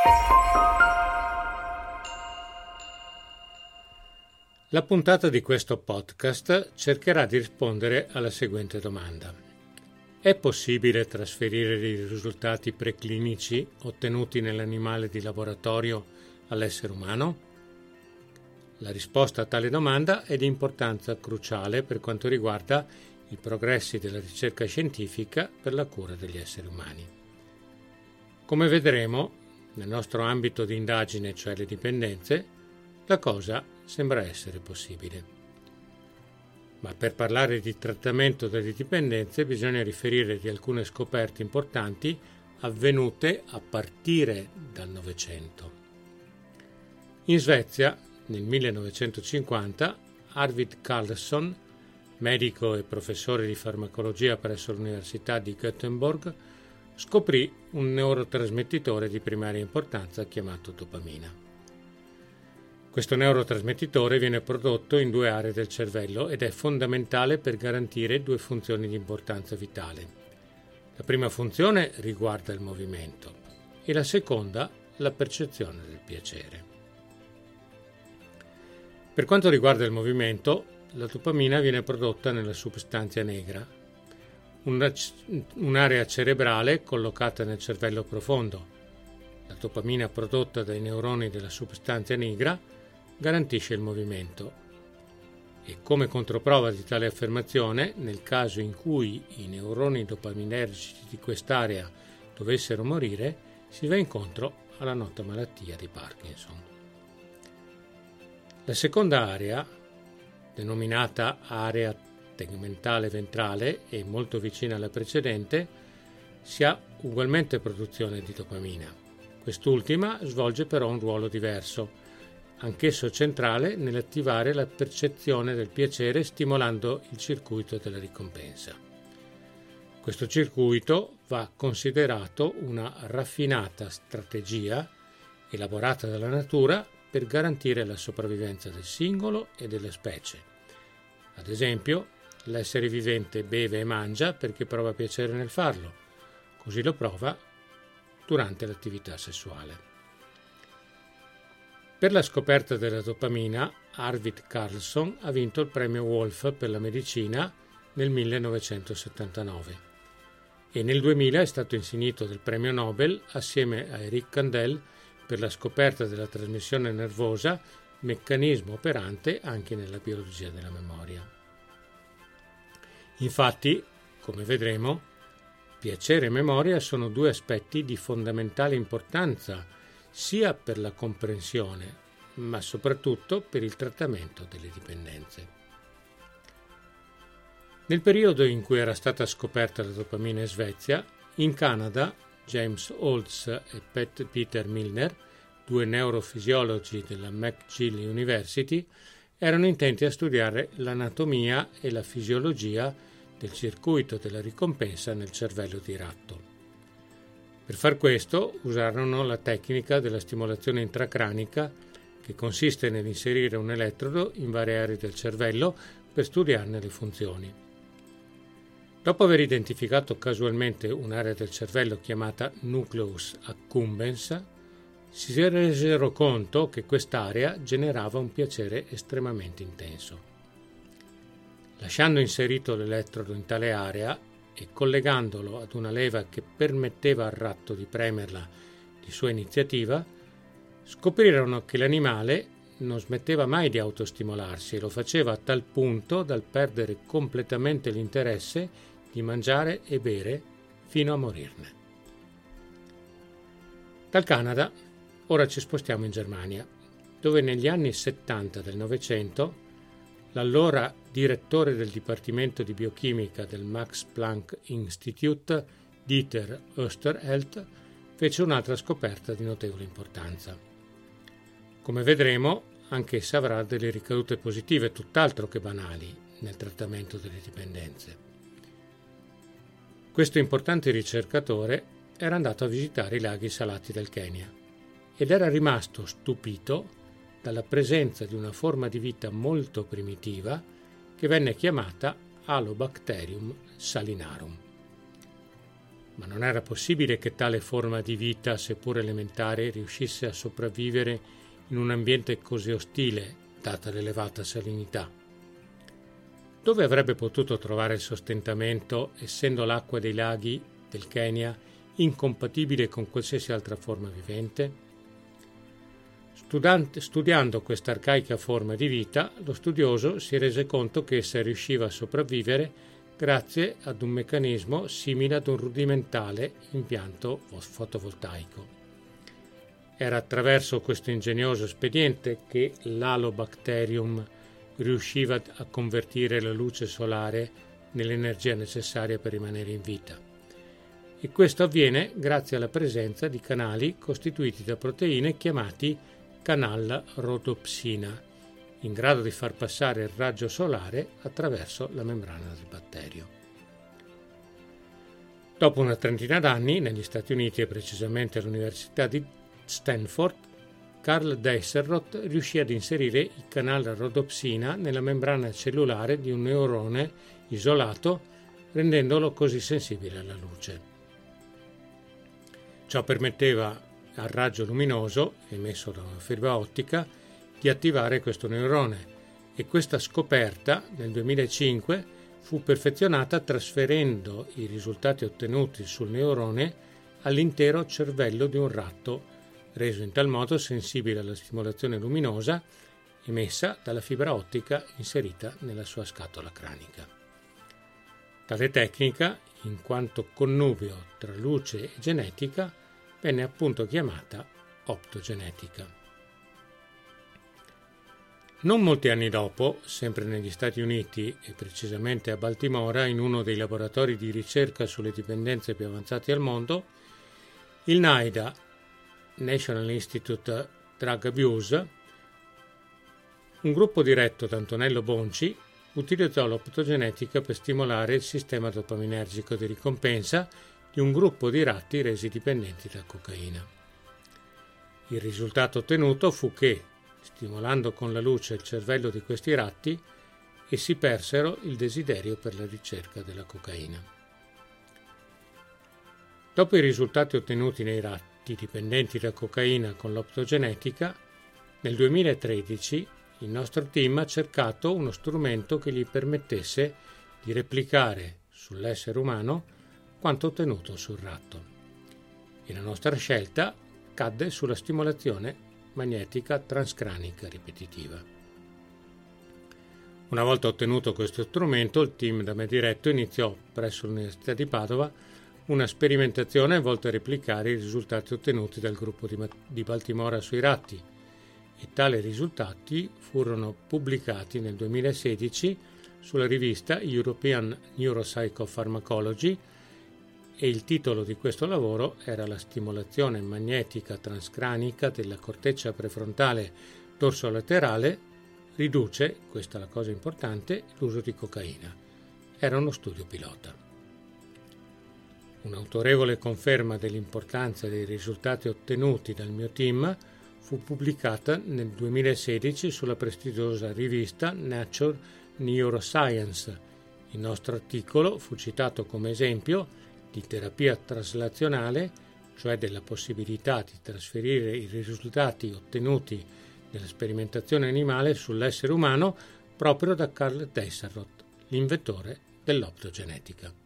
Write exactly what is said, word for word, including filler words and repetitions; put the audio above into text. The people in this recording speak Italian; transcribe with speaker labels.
Speaker 1: La puntata di questo podcast cercherà di rispondere alla seguente domanda. È possibile trasferire i risultati preclinici ottenuti nell'animale di laboratorio all'essere umano? La risposta a tale domanda è di importanza cruciale per quanto riguarda i progressi della ricerca scientifica per la cura degli esseri umani. Come vedremo, nel nostro ambito di indagine, cioè le dipendenze, la cosa sembra essere possibile. Ma per parlare di trattamento delle dipendenze bisogna riferire di alcune scoperte importanti avvenute a partire dal Novecento. In Svezia, nel millenovecentocinquanta, Arvid Carlsson, medico e professore di farmacologia presso l'Università di Göteborg, scoprì un neurotrasmettitore di primaria importanza chiamato dopamina. Questo neurotrasmettitore viene prodotto in due aree del cervello ed è fondamentale per garantire due funzioni di importanza vitale. La prima funzione riguarda il movimento e la seconda la percezione del piacere. Per quanto riguarda il movimento, la dopamina viene prodotta nella substantia nigra, una, un'area cerebrale collocata nel cervello profondo. La dopamina prodotta dai neuroni della substantia nigra garantisce il movimento e, come controprova di tale affermazione, nel caso in cui i neuroni dopaminergici di quest'area dovessero morire, si va incontro alla nota malattia di Parkinson. La seconda area, denominata area tegmentale ventrale e molto vicina alla precedente, si ha ugualmente produzione di dopamina. Quest'ultima svolge però un ruolo diverso, anch'esso centrale nell'attivare la percezione del piacere stimolando il circuito della ricompensa. Questo circuito va considerato una raffinata strategia elaborata dalla natura per garantire la sopravvivenza del singolo e della specie. Ad esempio, l'essere vivente beve e mangia perché prova piacere nel farlo, così lo prova durante l'attività sessuale. Per la scoperta della dopamina, Arvid Carlsson ha vinto il premio Wolf per la medicina nel millenovecentosettantanove e nel duemila è stato insignito del premio Nobel assieme a Eric Kandel per la scoperta della trasmissione nervosa, meccanismo operante anche nella biologia della memoria. Infatti, come vedremo, piacere e memoria sono due aspetti di fondamentale importanza sia per la comprensione, ma soprattutto per il trattamento delle dipendenze. Nel periodo in cui era stata scoperta la dopamina in Svezia, in Canada, James Holtz e Pat Peter Milner, due neurofisiologi della McGill University, erano intenti a studiare l'anatomia e la fisiologia del circuito della ricompensa nel cervello di ratto. Per far questo usarono la tecnica della stimolazione intracranica, che consiste nell'inserire un elettrodo in varie aree del cervello per studiarne le funzioni. Dopo aver identificato casualmente un'area del cervello chiamata nucleus accumbens, si resero conto che quest'area generava un piacere estremamente intenso. Lasciando inserito l'elettrodo in tale area e collegandolo ad una leva che permetteva al ratto di premerla di sua iniziativa, scoprirono che l'animale non smetteva mai di autostimolarsi e lo faceva a tal punto dal perdere completamente l'interesse di mangiare e bere fino a morirne. Dal Canada ora ci spostiamo in Germania, dove negli anni settanta del Novecento l'allora direttore del Dipartimento di Biochimica del Max Planck Institute, Dieter Oesterheld, fece un'altra scoperta di notevole importanza. Come vedremo, anch'essa avrà delle ricadute positive tutt'altro che banali nel trattamento delle dipendenze. Questo importante ricercatore era andato a visitare i laghi salati del Kenya ed era rimasto stupito dalla presenza di una forma di vita molto primitiva che venne chiamata Halobacterium salinarum. Ma non era possibile che tale forma di vita, seppur elementare, riuscisse a sopravvivere in un ambiente così ostile, data l'elevata salinità. Dove avrebbe potuto trovare il sostentamento, essendo l'acqua dei laghi del Kenya incompatibile con qualsiasi altra forma vivente? Studante, studiando questa arcaica forma di vita, lo studioso si rese conto che essa riusciva a sopravvivere grazie ad un meccanismo simile ad un rudimentale impianto fotovoltaico. Era attraverso questo ingegnoso espediente che l'Halobacterium riusciva a convertire la luce solare nell'energia necessaria per rimanere in vita. E questo avviene grazie alla presenza di canali costituiti da proteine chiamati canal rhodopsina, in grado di far passare il raggio solare attraverso la membrana del batterio. Dopo una trentina d'anni, negli Stati Uniti e precisamente all'Università di Stanford, Carl Deisserroth riuscì ad inserire il canale rhodopsina nella membrana cellulare di un neurone isolato, rendendolo così sensibile alla luce. Ciò permetteva al raggio luminoso, emesso da una fibra ottica, di attivare questo neurone, e questa scoperta nel duemilacinque fu perfezionata trasferendo i risultati ottenuti sul neurone all'intero cervello di un ratto, reso in tal modo sensibile alla stimolazione luminosa emessa dalla fibra ottica inserita nella sua scatola cranica. Tale tecnica, in quanto connubio tra luce e genetica, venne appunto chiamata optogenetica. Non molti anni dopo, sempre negli Stati Uniti e precisamente a Baltimora, in uno dei laboratori di ricerca sulle dipendenze più avanzati al mondo, il NIDA, National Institute Drug Abuse, un gruppo diretto da Antonello Bonci, utilizzò l'optogenetica per stimolare il sistema dopaminergico di ricompensa di un gruppo di ratti resi dipendenti da cocaina. Il risultato ottenuto fu che, stimolando con la luce il cervello di questi ratti, essi persero il desiderio per la ricerca della cocaina. Dopo i risultati ottenuti nei ratti dipendenti da cocaina con l'optogenetica, nel duemilatredici il nostro team ha cercato uno strumento che gli permettesse di replicare sull'essere umano quanto ottenuto sul ratto. E la nostra scelta cadde sulla stimolazione magnetica transcranica ripetitiva. Una volta ottenuto questo strumento, il team da me diretto iniziò presso l'Università di Padova una sperimentazione volta a replicare i risultati ottenuti dal gruppo di, di Baltimora sui ratti, e tali risultati furono pubblicati nel duemilasedici sulla rivista European Neuropsychopharmacology, e il titolo di questo lavoro era La stimolazione magnetica transcranica della corteccia prefrontale dorsolaterale riduce, questa è la cosa importante, l'uso di cocaina. Era uno studio pilota. Un'autorevole conferma dell'importanza dei risultati ottenuti dal mio team fu pubblicata nel duemilasedici sulla prestigiosa rivista Nature Neuroscience. Il nostro articolo fu citato come esempio di terapia traslazionale, cioè della possibilità di trasferire i risultati ottenuti nella sperimentazione animale sull'essere umano proprio da Carl Deisserroth, l'inventore dell'optogenetica.